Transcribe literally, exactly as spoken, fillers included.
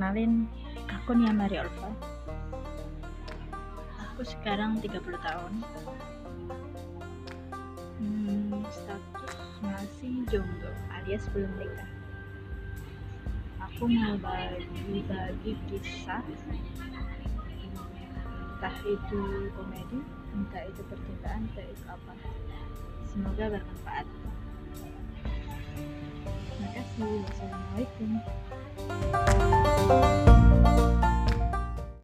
Kenalin, aku Nia Mariolva. Aku sekarang tiga puluh tahun. Hmm, status masih jomblo alias belum nikah. Aku mau bagi-bagi kisah, entah itu komedi, entah itu percintaan, entah itu apa. Semoga bermanfaat. Terima kasih. Wassalamualaikum.